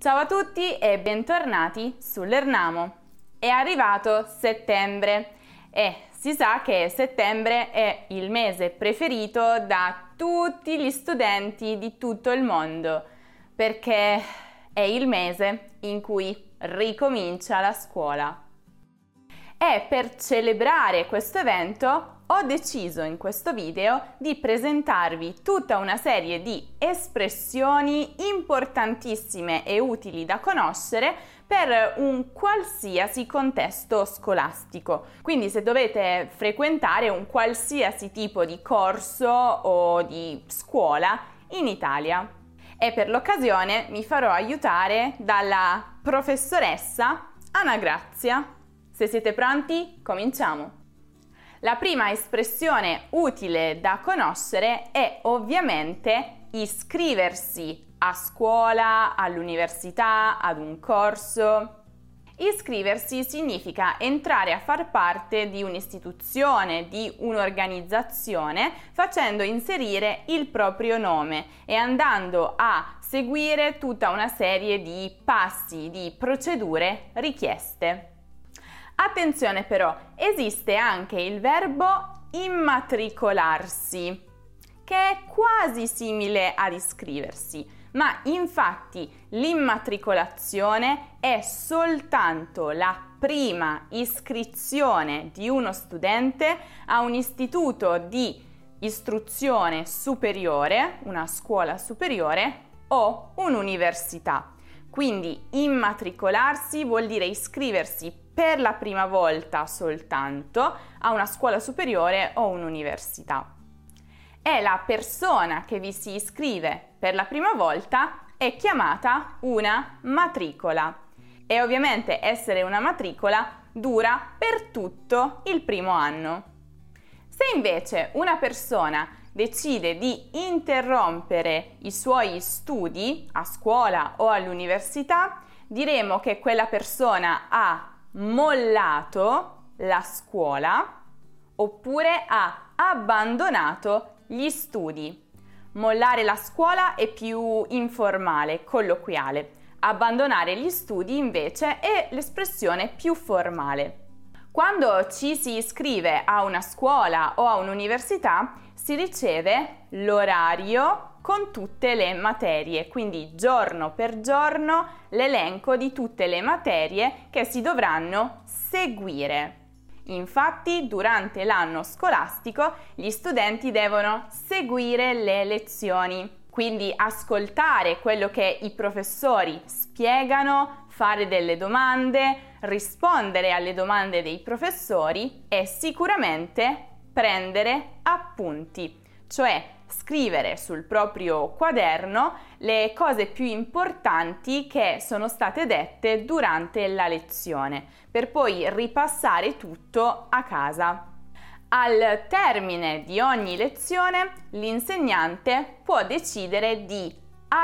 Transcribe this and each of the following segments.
Ciao a tutti e bentornati su Lernamo. È arrivato settembre e si sa che settembre è il mese preferito da tutti gli studenti di tutto il mondo, perché è il mese in cui ricomincia la scuola. E per celebrare questo evento ho deciso in questo video di presentarvi tutta una serie di espressioni importantissime e utili da conoscere per un qualsiasi contesto scolastico. Quindi se dovete frequentare un qualsiasi tipo di corso o di scuola in Italia. E per l'occasione mi farò aiutare dalla professoressa Anna Grazia. Se siete pronti, cominciamo! La prima espressione utile da conoscere è ovviamente iscriversi a scuola, all'università, ad un corso. Iscriversi significa entrare a far parte di un'istituzione, di un'organizzazione, facendo inserire il proprio nome e andando a seguire tutta una serie di passi, di procedure richieste. Attenzione però, esiste anche il verbo immatricolarsi, che è quasi simile ad iscriversi, ma infatti l'immatricolazione è soltanto la prima iscrizione di uno studente a un istituto di istruzione superiore, una scuola superiore o un'università. Quindi immatricolarsi vuol dire iscriversi per la prima volta soltanto a una scuola superiore o un'università. E la persona che vi si iscrive per la prima volta è chiamata una matricola. E ovviamente essere una matricola dura per tutto il primo anno. Se invece una persona decide di interrompere i suoi studi a scuola o all'università, diremo che quella persona ha mollato la scuola oppure ha abbandonato gli studi. Mollare la scuola è più informale, colloquiale. Abbandonare gli studi invece è l'espressione più formale. Quando ci si iscrive a una scuola o a un'università si riceve l'orario con tutte le materie, quindi giorno per giorno l'elenco di tutte le materie che si dovranno seguire. Infatti, durante l'anno scolastico gli studenti devono seguire le lezioni, quindi ascoltare quello che i professori spiegano, fare delle domande, rispondere alle domande dei professori e sicuramente prendere appunti, cioè scrivere sul proprio quaderno le cose più importanti che sono state dette durante la lezione, per poi ripassare tutto a casa. Al termine di ogni lezione, l'insegnante può decidere di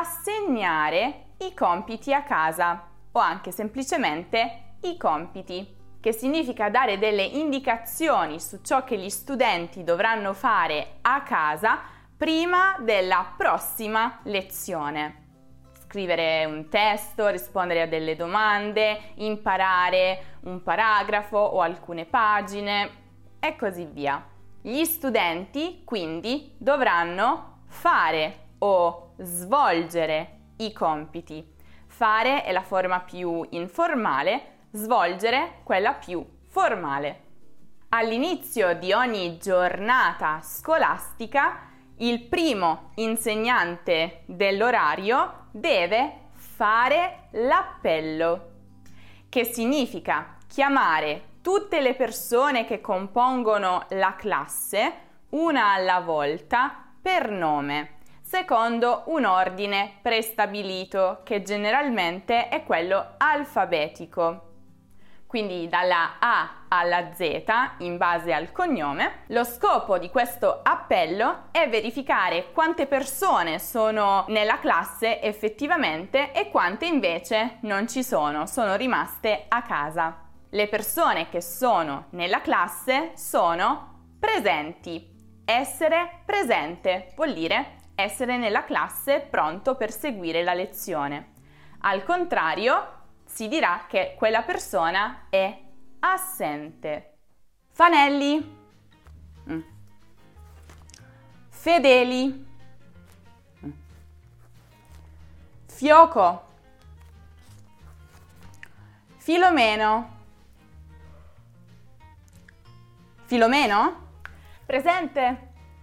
assegnare i compiti a casa o anche semplicemente i compiti, che significa dare delle indicazioni su ciò che gli studenti dovranno fare a casa prima della prossima lezione. Scrivere un testo, rispondere a delle domande, imparare un paragrafo o alcune pagine e così via. Gli studenti quindi dovranno fare o svolgere i compiti. Fare è la forma più informale, svolgere quella più formale. All'inizio di ogni giornata scolastica, il primo insegnante dell'orario deve fare l'appello, che significa chiamare tutte le persone che compongono la classe, una alla volta, per nome, secondo un ordine prestabilito, che generalmente è quello alfabetico. Quindi dalla A alla Z in base al cognome. Lo scopo di questo appello è verificare quante persone sono nella classe effettivamente e quante invece non ci sono rimaste a casa. Le persone che sono nella classe sono presenti. Essere presente vuol dire essere nella classe pronto per seguire la lezione. Al contrario, si dirà che quella persona è assente. Fanelli, fedeli, fioco, filomeno, filomeno, presente.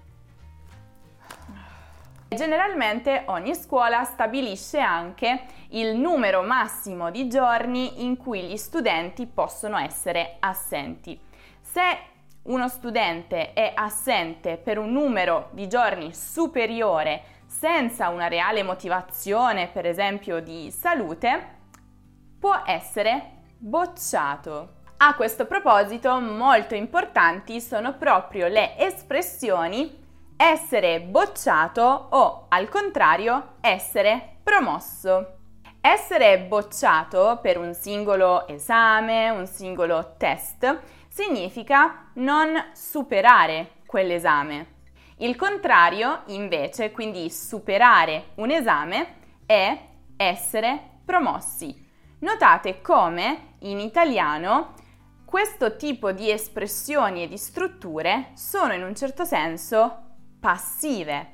Generalmente ogni scuola stabilisce anche il numero massimo di giorni in cui gli studenti possono essere assenti. Se uno studente è assente per un numero di giorni superiore senza una reale motivazione, per esempio di salute, può essere bocciato. A questo proposito, molto importanti sono proprio le espressioni essere bocciato o, al contrario, essere promosso. Essere bocciato per un singolo esame, un singolo test, significa non superare quell'esame. Il contrario, invece, quindi superare un esame, è essere promossi. Notate come in italiano questo tipo di espressioni e di strutture sono in un certo senso passive.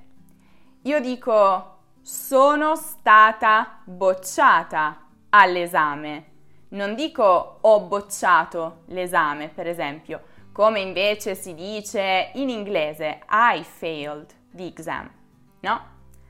Io dico sono stata bocciata all'esame, non dico ho bocciato l'esame, per esempio, come invece si dice in inglese I failed the exam. No,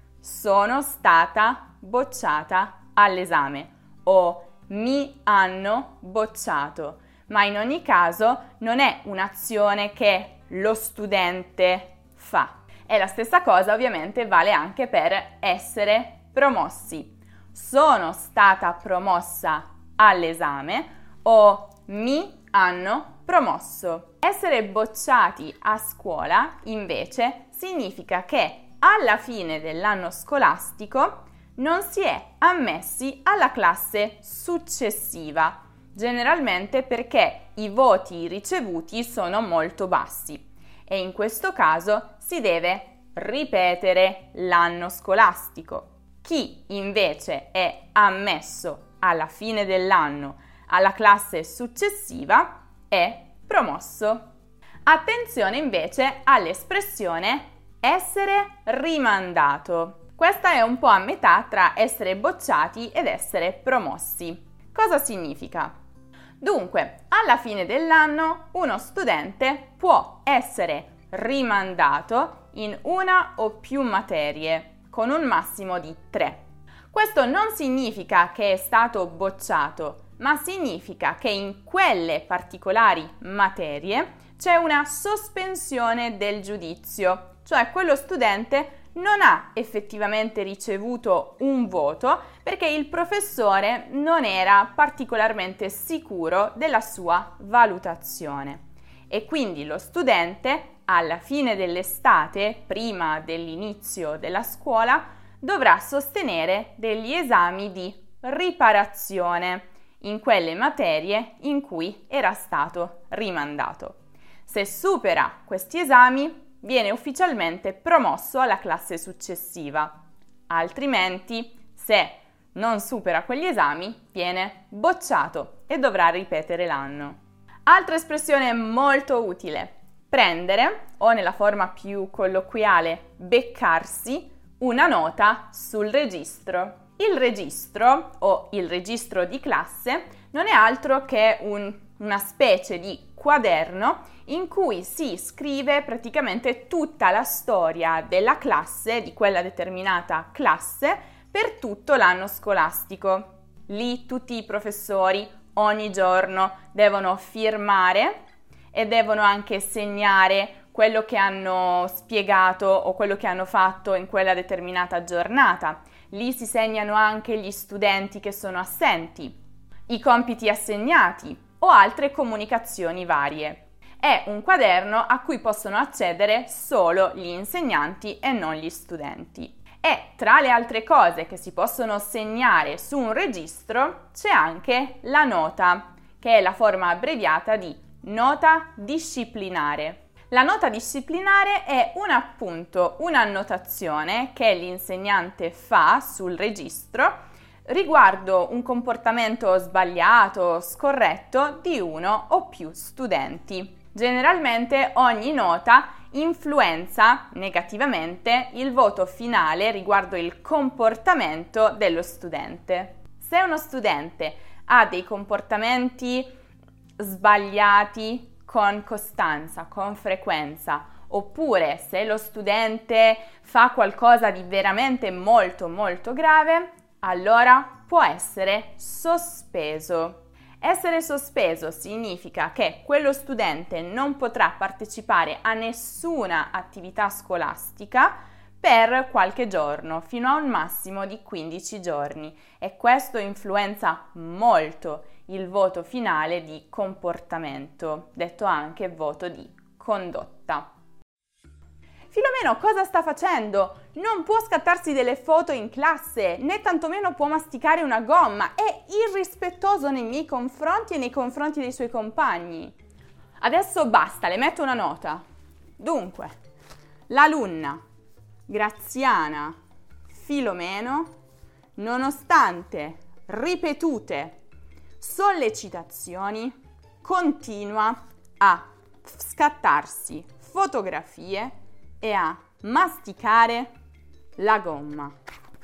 sono stata bocciata all'esame o mi hanno bocciato, ma in ogni caso non è un'azione che lo studente fa. E la stessa cosa ovviamente vale anche per essere promossi. Sono stata promossa all'esame o mi hanno promosso. Essere bocciati a scuola invece significa che alla fine dell'anno scolastico non si è ammessi alla classe successiva, generalmente perché i voti ricevuti sono molto bassi. E in questo caso si deve ripetere l'anno scolastico. Chi invece è ammesso alla fine dell'anno alla classe successiva è promosso. Attenzione invece all'espressione essere rimandato. Questa è un po' a metà tra essere bocciati ed essere promossi. Cosa significa? Dunque, alla fine dell'anno uno studente può essere rimandato in una o più materie, con un massimo di 3. Questo non significa che è stato bocciato, ma significa che in quelle particolari materie c'è una sospensione del giudizio, cioè quello studente non ha effettivamente ricevuto un voto perché il professore non era particolarmente sicuro della sua valutazione e quindi lo studente alla fine dell'estate, prima dell'inizio della scuola, dovrà sostenere degli esami di riparazione in quelle materie in cui era stato rimandato. Se supera questi esami, viene ufficialmente promosso alla classe successiva, altrimenti, se non supera quegli esami, viene bocciato e dovrà ripetere l'anno. Altra espressione molto utile: prendere, o nella forma più colloquiale, beccarsi, una nota sul registro. Il registro, o il registro di classe, non è altro che una specie di quaderno in cui si scrive praticamente tutta la storia della classe, di quella determinata classe, per tutto l'anno scolastico. Lì tutti i professori ogni giorno devono firmare e devono anche segnare quello che hanno spiegato o quello che hanno fatto in quella determinata giornata. Lì si segnano anche gli studenti che sono assenti, i compiti assegnati o altre comunicazioni varie. È un quaderno a cui possono accedere solo gli insegnanti e non gli studenti. E tra le altre cose che si possono segnare su un registro c'è anche la nota, che è la forma abbreviata di nota disciplinare. La nota disciplinare è un appunto, un'annotazione che l'insegnante fa sul registro riguardo un comportamento sbagliato, scorretto di uno o più studenti. Generalmente ogni nota influenza negativamente il voto finale riguardo il comportamento dello studente. Se uno studente ha dei comportamenti sbagliati con costanza, con frequenza, oppure se lo studente fa qualcosa di veramente molto molto grave, allora può essere sospeso. Essere sospeso significa che quello studente non potrà partecipare a nessuna attività scolastica per qualche giorno, fino a un massimo di 15 giorni, e questo influenza molto il voto finale di comportamento, detto anche voto di condotta. Filomeno cosa sta facendo? Non può scattarsi delle foto in classe, né tantomeno può masticare una gomma. È irrispettoso nei miei confronti e nei confronti dei suoi compagni. Adesso basta, le metto una nota. Dunque, l'alunna Graziana Filomeno, nonostante ripetute sollecitazioni, continua a scattarsi fotografie e a masticare la gomma.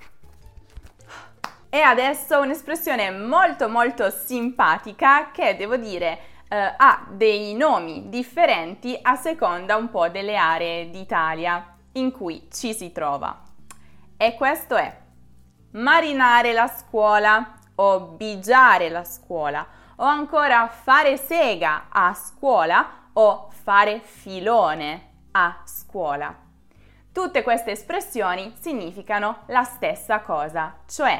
E adesso un'espressione molto molto simpatica che devo dire ha dei nomi differenti a seconda un po' delle aree d'Italia in cui ci si trova. E questo è marinare la scuola o bigiare la scuola o ancora fare sega a scuola o fare filone a scuola. Tutte queste espressioni significano la stessa cosa, cioè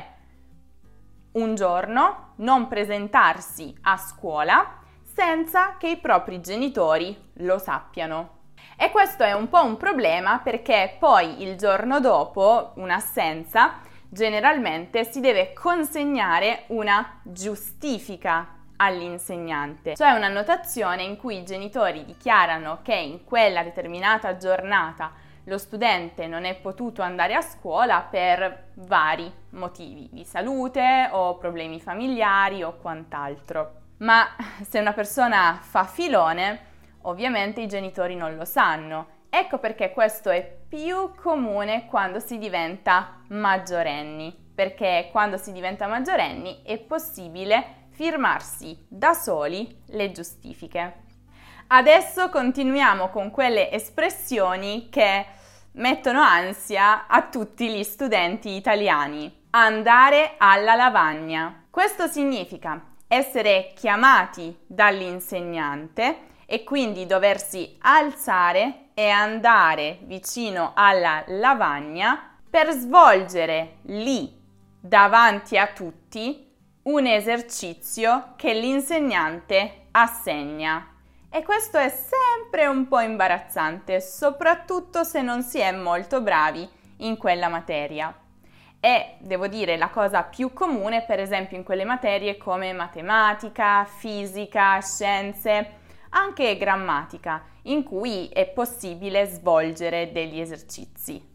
un giorno non presentarsi a scuola senza che i propri genitori lo sappiano. E questo è un po' un problema perché poi il giorno dopo un'assenza generalmente si deve consegnare una giustifica all'insegnante, cioè una notazione in cui i genitori dichiarano che in quella determinata giornata lo studente non è potuto andare a scuola per vari motivi di salute o problemi familiari o quant'altro. Ma se una persona fa filone, ovviamente i genitori non lo sanno. Ecco perché questo è più comune quando si diventa maggiorenni, perché quando si diventa maggiorenni è possibile firmarsi da soli le giustifiche. Adesso continuiamo con quelle espressioni che mettono ansia a tutti gli studenti italiani. Andare alla lavagna. Questo significa essere chiamati dall'insegnante e quindi doversi alzare e andare vicino alla lavagna per svolgere lì davanti a tutti un esercizio che l'insegnante assegna. E questo è sempre un po' imbarazzante, soprattutto se non si è molto bravi in quella materia. E devo dire la cosa più comune, per esempio in quelle materie come matematica, fisica, scienze, anche grammatica, in cui è possibile svolgere degli esercizi.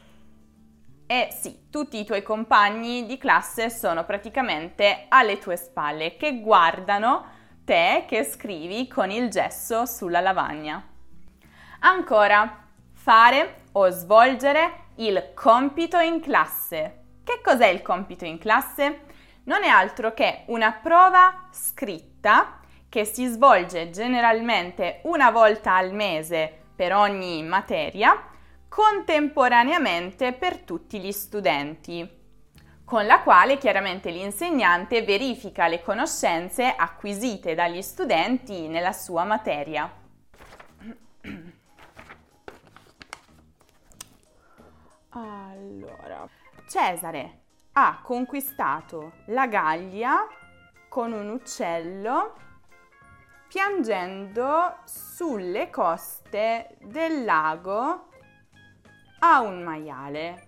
E sì, tutti i tuoi compagni di classe sono praticamente alle tue spalle, che guardano te che scrivi con il gesso sulla lavagna. Ancora, fare o svolgere il compito in classe. Che cos'è il compito in classe? Non è altro che una prova scritta che si svolge generalmente una volta al mese per ogni materia, contemporaneamente per tutti gli studenti, con la quale chiaramente l'insegnante verifica le conoscenze acquisite dagli studenti nella sua materia. Allora, Cesare ha conquistato la Gallia con un uccello piangendo sulle coste del lago a un maiale.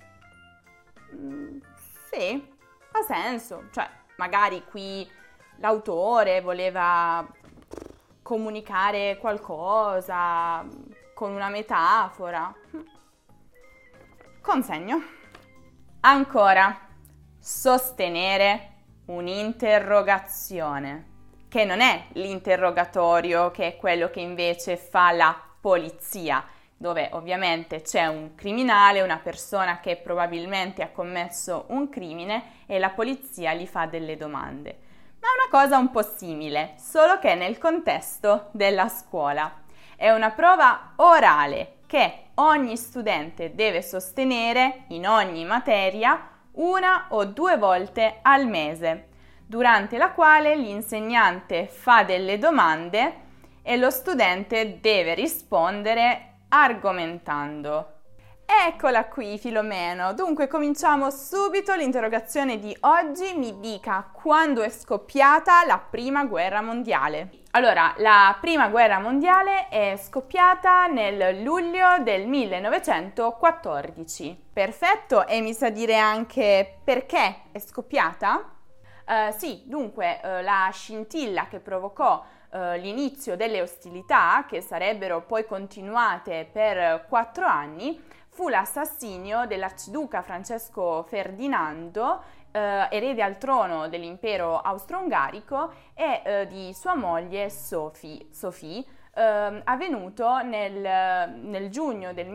Sì, ha senso. Cioè, magari qui l'autore voleva comunicare qualcosa con una metafora. Consegno. Ancora, sostenere un'interrogazione, che non è l'interrogatorio, che è quello che invece fa la polizia, dove ovviamente c'è un criminale, una persona che probabilmente ha commesso un crimine e la polizia gli fa delle domande. Ma è una cosa un po' simile, solo che nel contesto della scuola. È una prova orale che ogni studente deve sostenere in ogni materia 1 o 2 volte al mese, durante la quale l'insegnante fa delle domande e lo studente deve rispondere argomentando. Eccola qui, Filomeno. Dunque cominciamo subito l'interrogazione di oggi. Mi dica quando è scoppiata la Prima Guerra Mondiale. Allora, la Prima Guerra Mondiale è scoppiata nel luglio del 1914. Perfetto, e mi sa dire anche perché è scoppiata? Sì, dunque la scintilla che provocò l'inizio delle ostilità, che sarebbero poi continuate per 4 anni, fu l'assassinio dell'arciduca Francesco Ferdinando, erede al trono dell'impero austro-ungarico, e di sua moglie Sophie, avvenuto nel giugno del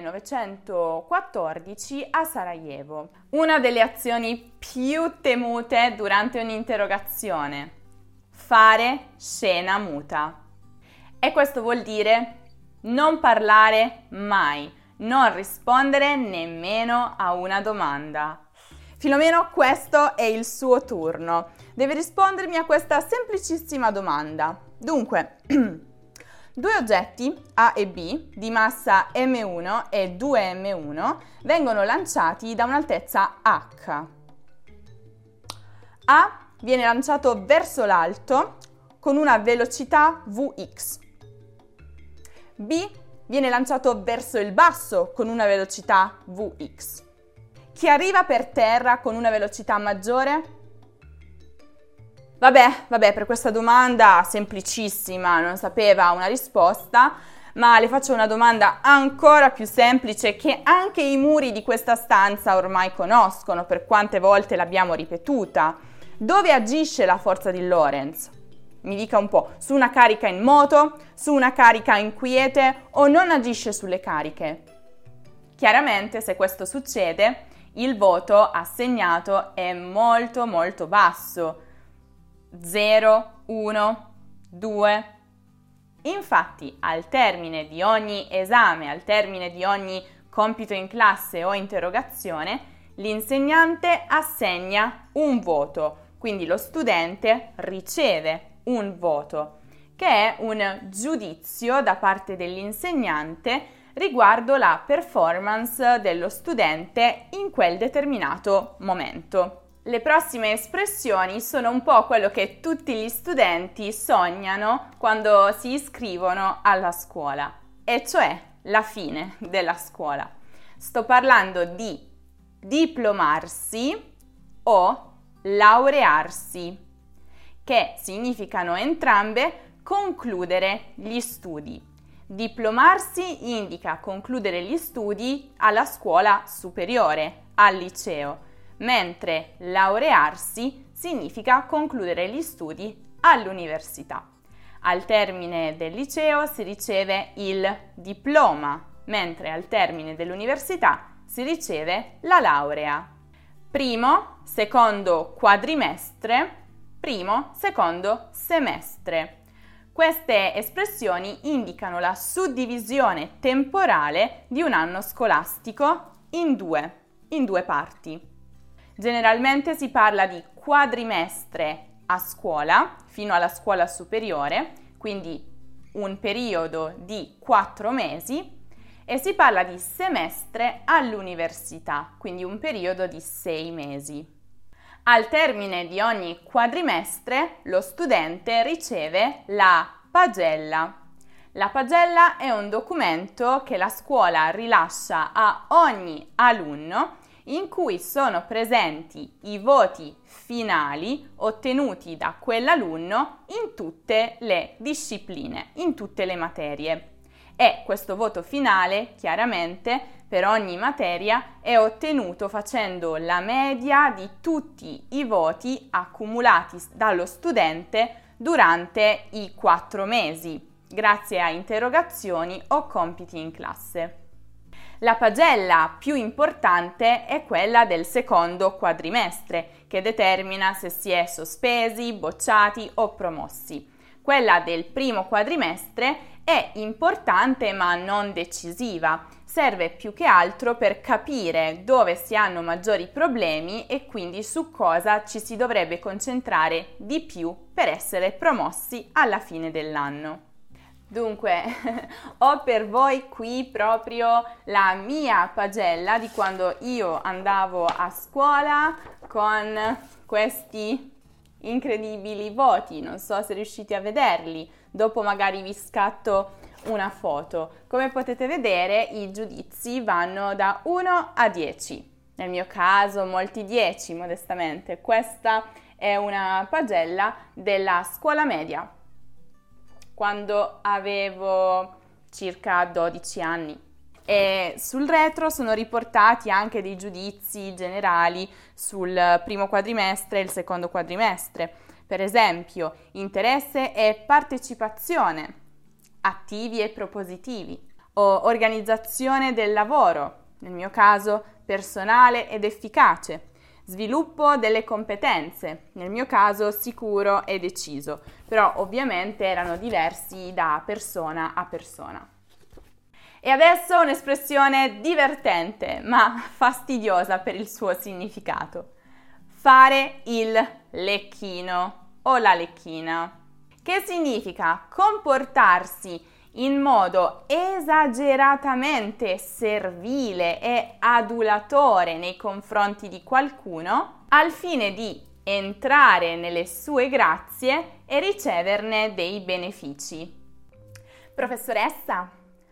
1914 a Sarajevo. Una delle azioni più temute durante un'interrogazione: fare scena muta. E questo vuol dire non parlare mai, non rispondere nemmeno a una domanda. Filomeno, questo è il suo turno. Deve rispondermi a questa semplicissima domanda. Dunque, 2 oggetti A e B di massa M1 e 2M1 vengono lanciati da un'altezza H. A viene lanciato verso l'alto con una velocità Vx. B viene lanciato verso il basso con una velocità Vx. Chi arriva per terra con una velocità maggiore? Vabbè, per questa domanda semplicissima, non sapeva una risposta, ma le faccio una domanda ancora più semplice che anche i muri di questa stanza ormai conoscono, per quante volte l'abbiamo ripetuta. Dove agisce la forza di Lorentz? Mi dica un po', su una carica in moto, su una carica inquiete o non agisce sulle cariche? Chiaramente, se questo succede, il voto assegnato è molto molto basso. 0, 1, 2. Infatti, al termine di ogni esame, al termine di ogni compito in classe o interrogazione, l'insegnante assegna un voto, quindi lo studente riceve un voto, che è un giudizio da parte dell'insegnante riguardo la performance dello studente in quel determinato momento. Le prossime espressioni sono un po' quello che tutti gli studenti sognano quando si iscrivono alla scuola, e cioè la fine della scuola. Sto parlando di diplomarsi o laurearsi, che significano entrambe concludere gli studi. Diplomarsi indica concludere gli studi alla scuola superiore, al liceo, mentre laurearsi significa concludere gli studi all'università. Al termine del liceo si riceve il diploma, mentre al termine dell'università si riceve la laurea. Primo, secondo quadrimestre, primo, secondo semestre. Queste espressioni indicano la suddivisione temporale di un anno scolastico in due parti. Generalmente si parla di quadrimestre a scuola, fino alla scuola superiore, quindi un periodo di 4 mesi, e si parla di semestre all'università, quindi un periodo di 6 mesi. Al termine di ogni quadrimestre lo studente riceve la pagella. La pagella è un documento che la scuola rilascia a ogni alunno in cui sono presenti i voti finali ottenuti da quell'alunno in tutte le discipline, in tutte le materie. E questo voto finale chiaramente per ogni materia è ottenuto facendo la media di tutti i voti accumulati dallo studente durante i 4 mesi, grazie a interrogazioni o compiti in classe. La pagella più importante è quella del secondo quadrimestre, che determina se si è sospesi, bocciati o promossi. Quella del primo quadrimestre è importante ma non decisiva. Serve più che altro per capire dove si hanno maggiori problemi e quindi su cosa ci si dovrebbe concentrare di più per essere promossi alla fine dell'anno. Dunque, ho per voi qui proprio la mia pagella di quando io andavo a scuola con questi incredibili voti. Non so se riuscite a vederli, dopo magari vi scatto una foto. Come potete vedere, i giudizi vanno da 1 a 10. Nel mio caso, molti 10, modestamente. Questa è una pagella della scuola media, quando avevo circa 12 anni. E sul retro sono riportati anche dei giudizi generali sul primo quadrimestre e il secondo quadrimestre. Per esempio, interesse e partecipazione, attivi e propositivi, o organizzazione del lavoro, nel mio caso personale ed efficace, sviluppo delle competenze, nel mio caso sicuro e deciso, però ovviamente erano diversi da persona a persona. E adesso un'espressione divertente ma fastidiosa per il suo significato. Fare il lecchino o la lecchina, che significa comportarsi in modo esageratamente servile e adulatore nei confronti di qualcuno al fine di entrare nelle sue grazie e riceverne dei benefici. Professoressa,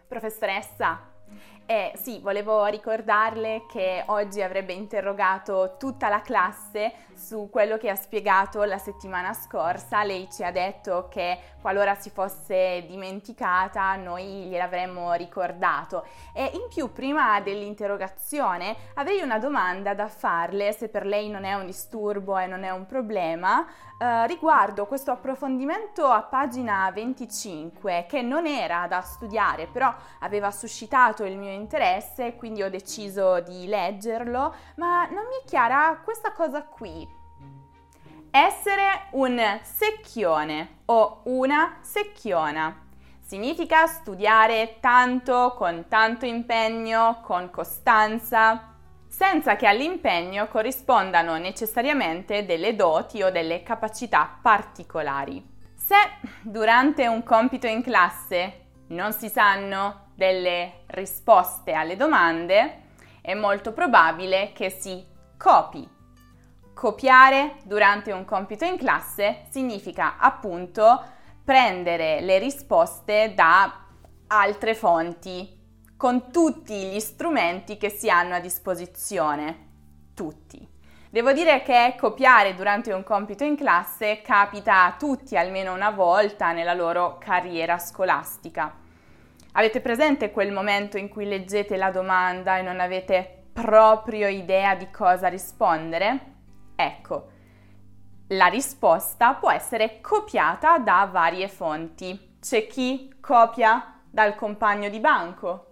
sì, volevo ricordarle che oggi avrebbe interrogato tutta la classe su quello che ha spiegato la settimana scorsa. Lei ci ha detto che qualora si fosse dimenticata noi gliel'avremmo ricordato. E in più, prima dell'interrogazione, avrei una domanda da farle, se per lei non è un disturbo e non è un problema, riguardo questo approfondimento a pagina 25, che non era da studiare, però aveva suscitato il mio interesse, quindi ho deciso di leggerlo, ma non mi è chiara questa cosa qui. Essere un secchione o una secchiona significa studiare tanto, con tanto impegno, con costanza, senza che all'impegno corrispondano necessariamente delle doti o delle capacità particolari. Se durante un compito in classe non si sanno delle risposte alle domande, è molto probabile che si copi. Copiare durante un compito in classe significa appunto prendere le risposte da altre fonti, con tutti gli strumenti che si hanno a disposizione. Tutti. Devo dire che copiare durante un compito in classe capita a tutti almeno una volta nella loro carriera scolastica. Avete presente quel momento in cui leggete la domanda e non avete proprio idea di cosa rispondere? Ecco, la risposta può essere copiata da varie fonti. C'è chi copia dal compagno di banco.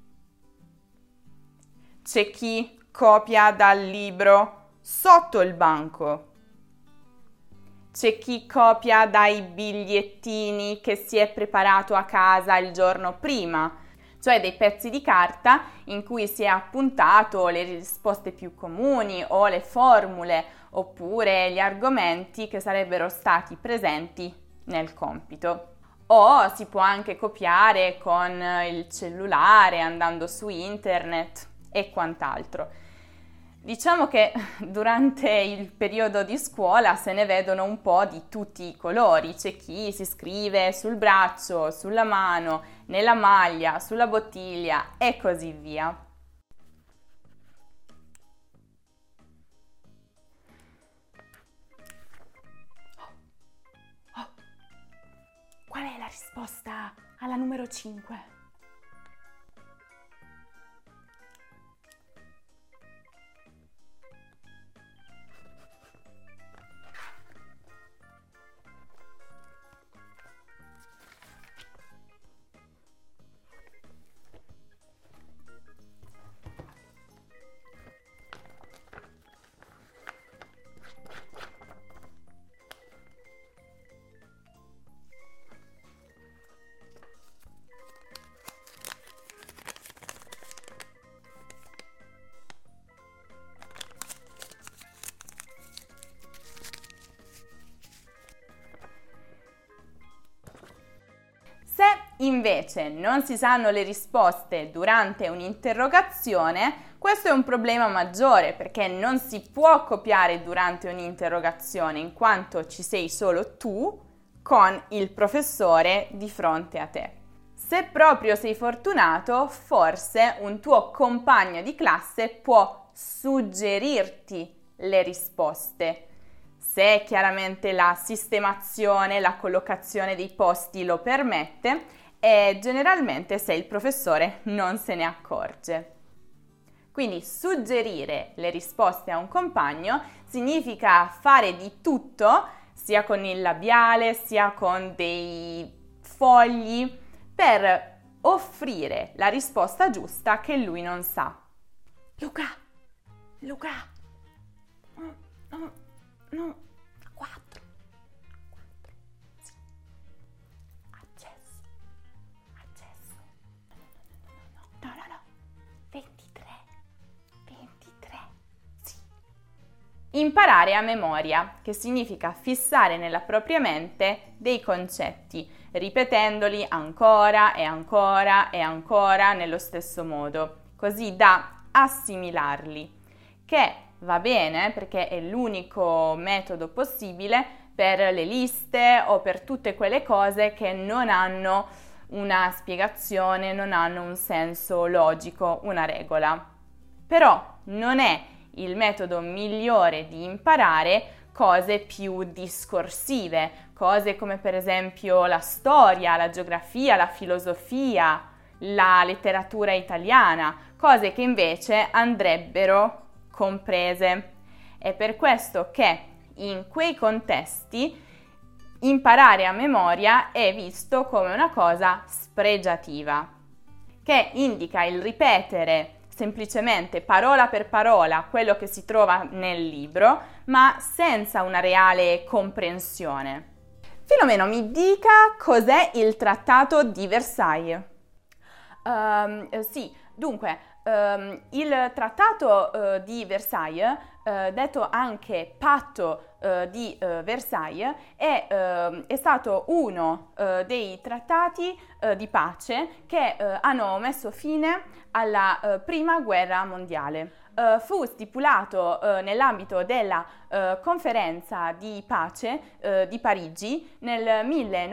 C'è chi copia dal libro sotto il banco. C'è chi copia dai bigliettini che si è preparato a casa il giorno prima, cioè dei pezzi di carta in cui si è appuntato le risposte più comuni o le formule oppure gli argomenti che sarebbero stati presenti nel compito. O si può anche copiare con il cellulare, andando su internet e quant'altro. Diciamo che durante il periodo di scuola se ne vedono un po' di tutti i colori. C'è chi si scrive sul braccio, sulla mano, nella maglia, sulla bottiglia e così via. Qual è la risposta alla numero 5? invece non si sanno le risposte durante un'interrogazione, questo è un problema maggiore perché non si può copiare durante un'interrogazione in quanto ci sei solo tu con il professore di fronte a te. Se proprio sei fortunato, forse un tuo compagno di classe può suggerirti le risposte, se chiaramente la sistemazione, la collocazione dei posti lo permette e generalmente se il professore non se ne accorge. Quindi suggerire le risposte a un compagno significa fare di tutto, sia con il labiale, sia con dei fogli, per offrire la risposta giusta che lui non sa. Luca, no, 4, sì, accesso, no, 23, sì. Imparare a memoria, che significa fissare nella propria mente dei concetti, ripetendoli ancora e ancora e ancora nello stesso modo, così da assimilarli, che va bene perché è l'unico metodo possibile per le liste o per tutte quelle cose che non hanno una spiegazione, non hanno un senso logico, una regola. Però non è il metodo migliore di imparare cose più discorsive, cose come per esempio la storia, la geografia, la filosofia, la letteratura italiana, cose che invece andrebbero comprese. È per questo che in quei contesti imparare a memoria è visto come una cosa spregiativa, che indica il ripetere semplicemente parola per parola quello che si trova nel libro, ma senza una reale comprensione. Filomeno, mi dica cos'è il Trattato di Versailles? Sì, dunque, il Trattato di Versailles, detto anche Patto di Versailles, è stato uno dei trattati di pace che hanno messo fine alla Prima Guerra Mondiale. Fu stipulato nell'ambito della Conferenza di pace di Parigi nel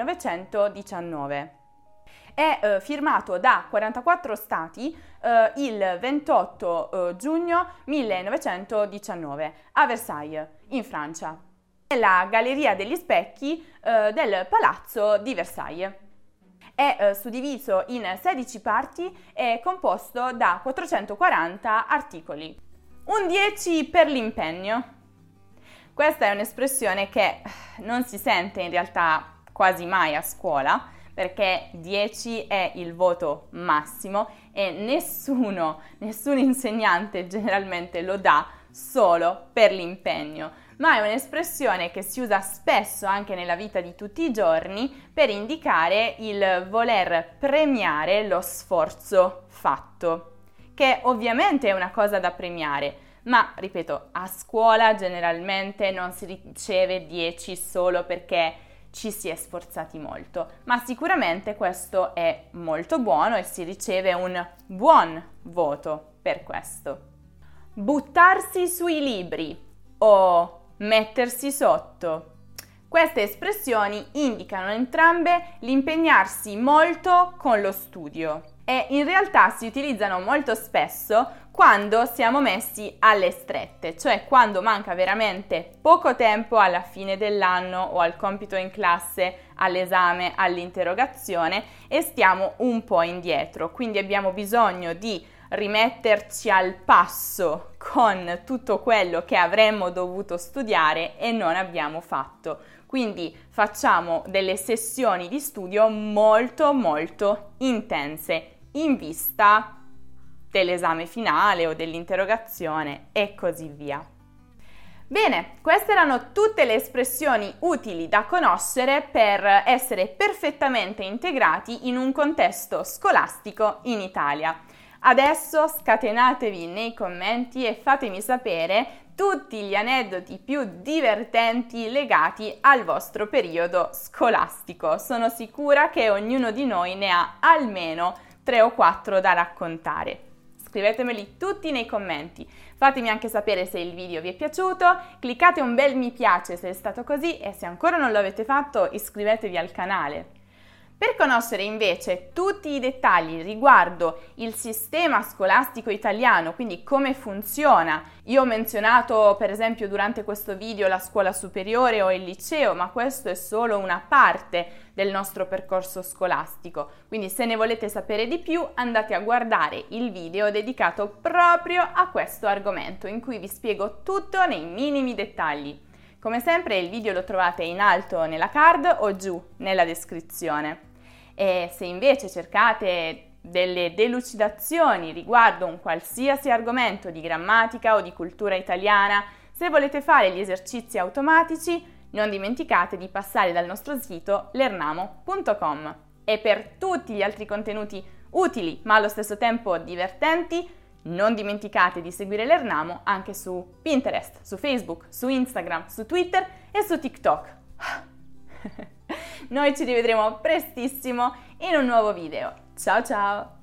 1919. È firmato da 44 stati il 28 giugno 1919 a Versailles, in Francia, nella Galleria degli Specchi del Palazzo di Versailles. È suddiviso in 16 parti e è composto da 440 articoli. Un 10 per l'impegno. Questa è un'espressione che non si sente in realtà quasi mai a scuola, perché 10 è il voto massimo e nessun insegnante generalmente lo dà solo per l'impegno, ma è un'espressione che si usa spesso anche nella vita di tutti i giorni per indicare il voler premiare lo sforzo fatto, che ovviamente è una cosa da premiare, ma ripeto, a scuola generalmente non si riceve 10 solo perché ci si è sforzati molto, ma sicuramente questo è molto buono e si riceve un buon voto per questo. Buttarsi sui libri o mettersi sotto. Queste espressioni indicano entrambe l'impegnarsi molto con lo studio e in realtà si utilizzano molto spesso quando siamo messi alle strette, cioè quando manca veramente poco tempo alla fine dell'anno o al compito in classe, all'esame, all'interrogazione e stiamo un po' indietro, quindi abbiamo bisogno di rimetterci al passo con tutto quello che avremmo dovuto studiare e non abbiamo fatto. Quindi facciamo delle sessioni di studio molto intense in vista dell'esame finale o dell'interrogazione e così via. Bene, queste erano tutte le espressioni utili da conoscere per essere perfettamente integrati in un contesto scolastico in Italia. Adesso scatenatevi nei commenti e fatemi sapere tutti gli aneddoti più divertenti legati al vostro periodo scolastico. Sono sicura che ognuno di noi ne ha almeno 3 o 4 da raccontare. Scrivetemeli tutti nei commenti, fatemi anche sapere se il video vi è piaciuto, cliccate un bel mi piace se è stato così e se ancora non lo avete fatto iscrivetevi al canale. Per conoscere invece tutti i dettagli riguardo il sistema scolastico italiano, quindi come funziona, io ho menzionato per esempio durante questo video la scuola superiore o il liceo, ma questo è solo una parte del nostro percorso scolastico, quindi se ne volete sapere di più andate a guardare il video dedicato proprio a questo argomento in cui vi spiego tutto nei minimi dettagli. Come sempre il video lo trovate in alto nella card o giù nella descrizione. E se invece cercate delle delucidazioni riguardo un qualsiasi argomento di grammatica o di cultura italiana, se volete fare gli esercizi automatici, non dimenticate di passare dal nostro sito lernamo.com. E per tutti gli altri contenuti utili ma allo stesso tempo divertenti, non dimenticate di seguire Lernamo anche su Pinterest, su Facebook, su Instagram, su Twitter e su TikTok. Noi ci rivedremo prestissimo in un nuovo video. Ciao ciao!